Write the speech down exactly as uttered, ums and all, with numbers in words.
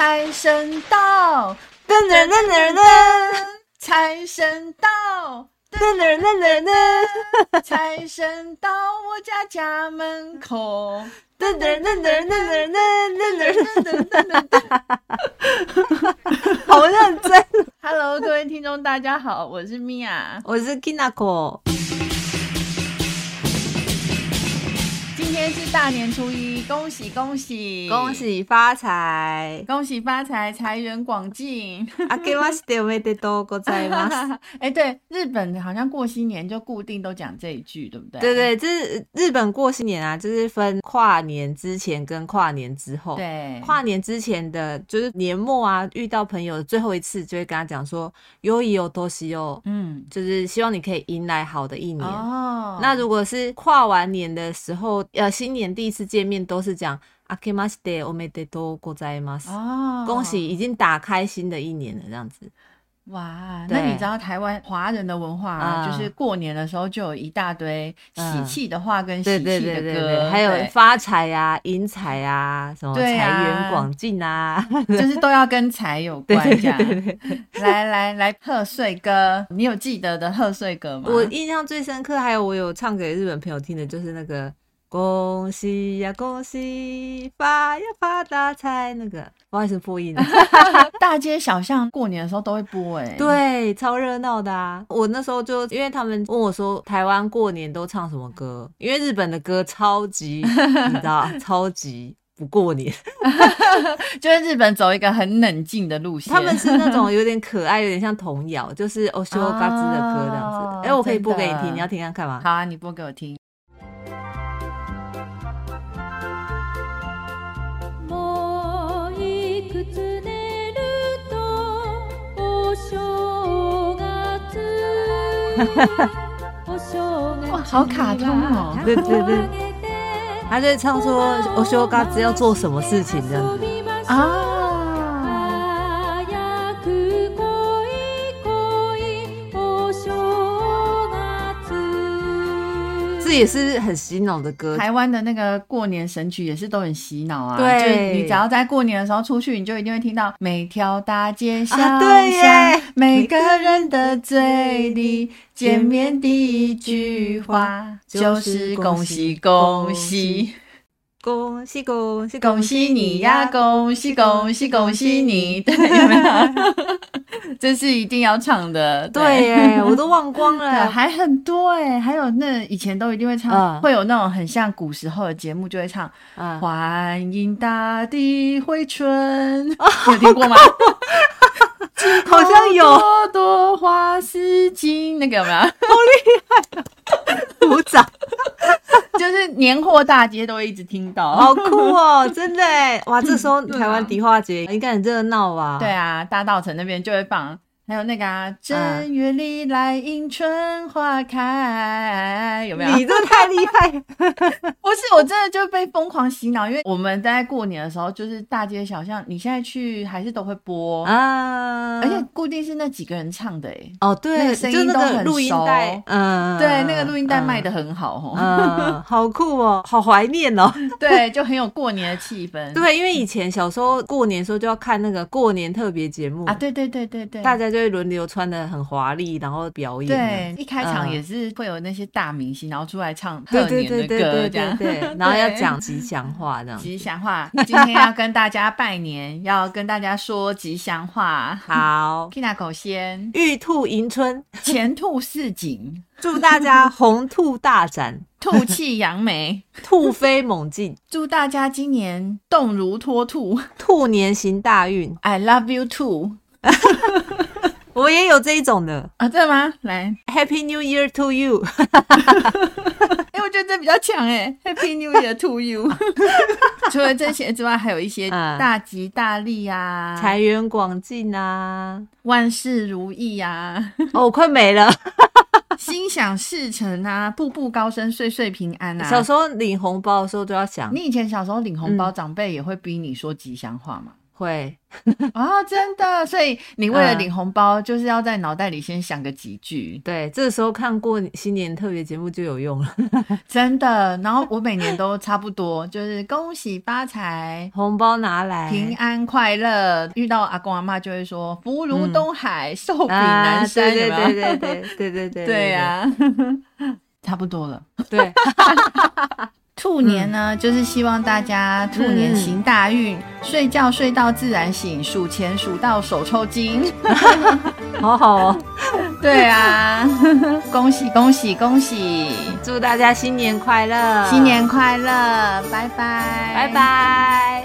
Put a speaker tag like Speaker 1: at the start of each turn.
Speaker 1: 财神到，
Speaker 2: 噔噔噔噔噔，
Speaker 1: 财神到，
Speaker 2: 噔噔噔噔噔，
Speaker 1: 财神到我家家门口，
Speaker 2: 噔噔噔噔噔噔噔噔噔噔噔，好认真。
Speaker 1: Hello， 各位听众，大家好，我是米娅，
Speaker 2: 我是 Kinako。
Speaker 1: 今天是大年初一，恭喜恭喜，
Speaker 2: 恭喜发财，
Speaker 1: 恭喜发财，财源广进。
Speaker 2: あけましておめでとうございます。
Speaker 1: 哎，对，日本好像过新年就固定都讲这一句，对不对？
Speaker 2: 对对，就是日本过新年啊，就是分跨年之前跟跨年之后。
Speaker 1: 对，
Speaker 2: 跨年之前的就是年末啊，遇到朋友的最后一次，就会跟他讲说良いお年を，嗯，就是希望你可以迎来好的一年。哦，那如果是跨完年的时候，呃，新年第一次见面都是讲あけましておめでとうございます。哦，恭喜已经打开新的一年了，这样子。
Speaker 1: 哇，那你知道台湾华人的文化啊、嗯，就是过年的时候就有一大堆喜气的话跟喜气的歌，
Speaker 2: 对对对对对，还有发财啊、迎财啊，什么财源广进啊，
Speaker 1: 就是都要跟财有关这样。对对对对对，来来来，贺岁歌，你有记得的贺岁歌吗？
Speaker 2: 我印象最深刻，还有我有唱给日本朋友听的，就是那个。恭喜呀恭喜，发呀发大财，那个不好意思破音了。
Speaker 1: 大街小巷过年的时候都会播哎、欸，
Speaker 2: 对，超热闹的啊！我那时候就因为他们问我说台湾过年都唱什么歌，因为日本的歌超级你知道超级不过年，
Speaker 1: 就是日本走一个很冷静的路线，
Speaker 2: 他们是那种有点可爱有点像童谣，就是哦修嘎吱的歌这样子。哎、欸，我可以播给你听，你要听看看吗？
Speaker 1: 好啊，你播给我听。哇，好卡通哦！
Speaker 2: 对对对，他就唱说“お正月要做什么事情”这样子啊。这也是很洗脑的歌。
Speaker 1: 台湾的那个过年神曲也是都很洗脑啊。
Speaker 2: 对，
Speaker 1: 就是你只要在过年的时候出去，你就一定会听到每条大街小巷、
Speaker 2: 啊、对耶，
Speaker 1: 每个人的嘴里见面第一句话就是恭喜恭喜。
Speaker 2: 恭喜恭喜
Speaker 1: 恭喜你呀！恭喜恭喜恭喜你！对，有没有？这是一定要唱的。
Speaker 2: 对耶，我都忘光了，
Speaker 1: 还很多哎，还有那以前都一定会唱，嗯、会有那种很像古时候的节目就会唱，嗯、欢迎大地回春，哦、你有听过吗？
Speaker 2: 好像有。
Speaker 1: 朵朵花似锦，那个有没有？好
Speaker 2: 厉害！鼓掌。
Speaker 1: 就是年货大街都会一直听到，
Speaker 2: 好酷哦！真的耶，哇，这时候台湾迪化街应该很热闹吧？
Speaker 1: 对啊，大稻埕那边就会放，还有那个啊，正月里来迎春花开，有没有？
Speaker 2: 你这太厉害！
Speaker 1: 不是，我真的就被疯狂洗脑，因为我们在过年的时候，就是大街小巷，你现在去还是都会播啊，而且固定是那几个人唱的哎。
Speaker 2: 哦，对，
Speaker 1: 那个声音都很
Speaker 2: 录音带，
Speaker 1: 嗯，对，那个录音带卖得很好哦，
Speaker 2: 嗯，好酷哦，好怀念哦。
Speaker 1: 对，就很有过年的气氛。
Speaker 2: 对，因为以前小时候过年的时候就要看那个过年特别节目
Speaker 1: 啊，对对对对对，
Speaker 2: 大家就会轮流穿得很华丽，然后表演。
Speaker 1: 对，一开场也是会有那些大明星，然后出来唱贺年的歌，这样
Speaker 2: 对，然后要讲吉祥话，这样
Speaker 1: 吉祥话。今天要跟大家拜年，要跟大家说吉祥话。
Speaker 2: 好
Speaker 1: ，Kinako 先，
Speaker 2: 玉兔迎春，
Speaker 1: 前兔似锦，
Speaker 2: 祝大家红兔大展，
Speaker 1: 兔气扬眉，
Speaker 2: 兔飞猛进，
Speaker 1: 祝大家今年动如脱兔，
Speaker 2: 兔年行大运。
Speaker 1: I love you too。
Speaker 2: 我也有这一种的
Speaker 1: 啊，真的吗？来
Speaker 2: ，Happy New Year to you。
Speaker 1: 哎、欸，我觉得这比较强哎 ，Happy New Year to you。除了这些之外，还有一些大吉大利啊，
Speaker 2: 财源广进啊，
Speaker 1: 万事如意啊。
Speaker 2: 哦，我快没了。
Speaker 1: 心想事成啊，步步高升，岁岁平安啊。
Speaker 2: 小时候领红包的时候都要想，
Speaker 1: 你以前小时候领红包，嗯、长辈也会逼你说吉祥话吗？
Speaker 2: 会
Speaker 1: 哦，真的，所以你为了领红包，嗯、就是要在脑袋里先想个几句。
Speaker 2: 对，这个时候看过新年特别节目就有用了，
Speaker 1: 真的。然后我每年都差不多，就是恭喜发财，
Speaker 2: 红包拿来，
Speaker 1: 平安快乐。遇到阿公阿嬷就会说福如东海，寿比南山，
Speaker 2: 对对对对对对对对
Speaker 1: 对呀，差不多了。
Speaker 2: 对。
Speaker 1: 兔年呢、嗯、就是希望大家兔年行大运、嗯、睡觉睡到自然醒，数钱数到手抽筋。
Speaker 2: 好好哦。
Speaker 1: 对啊，恭喜恭喜恭喜，
Speaker 2: 祝大家新年快乐，
Speaker 1: 新年快乐，拜拜
Speaker 2: 拜拜。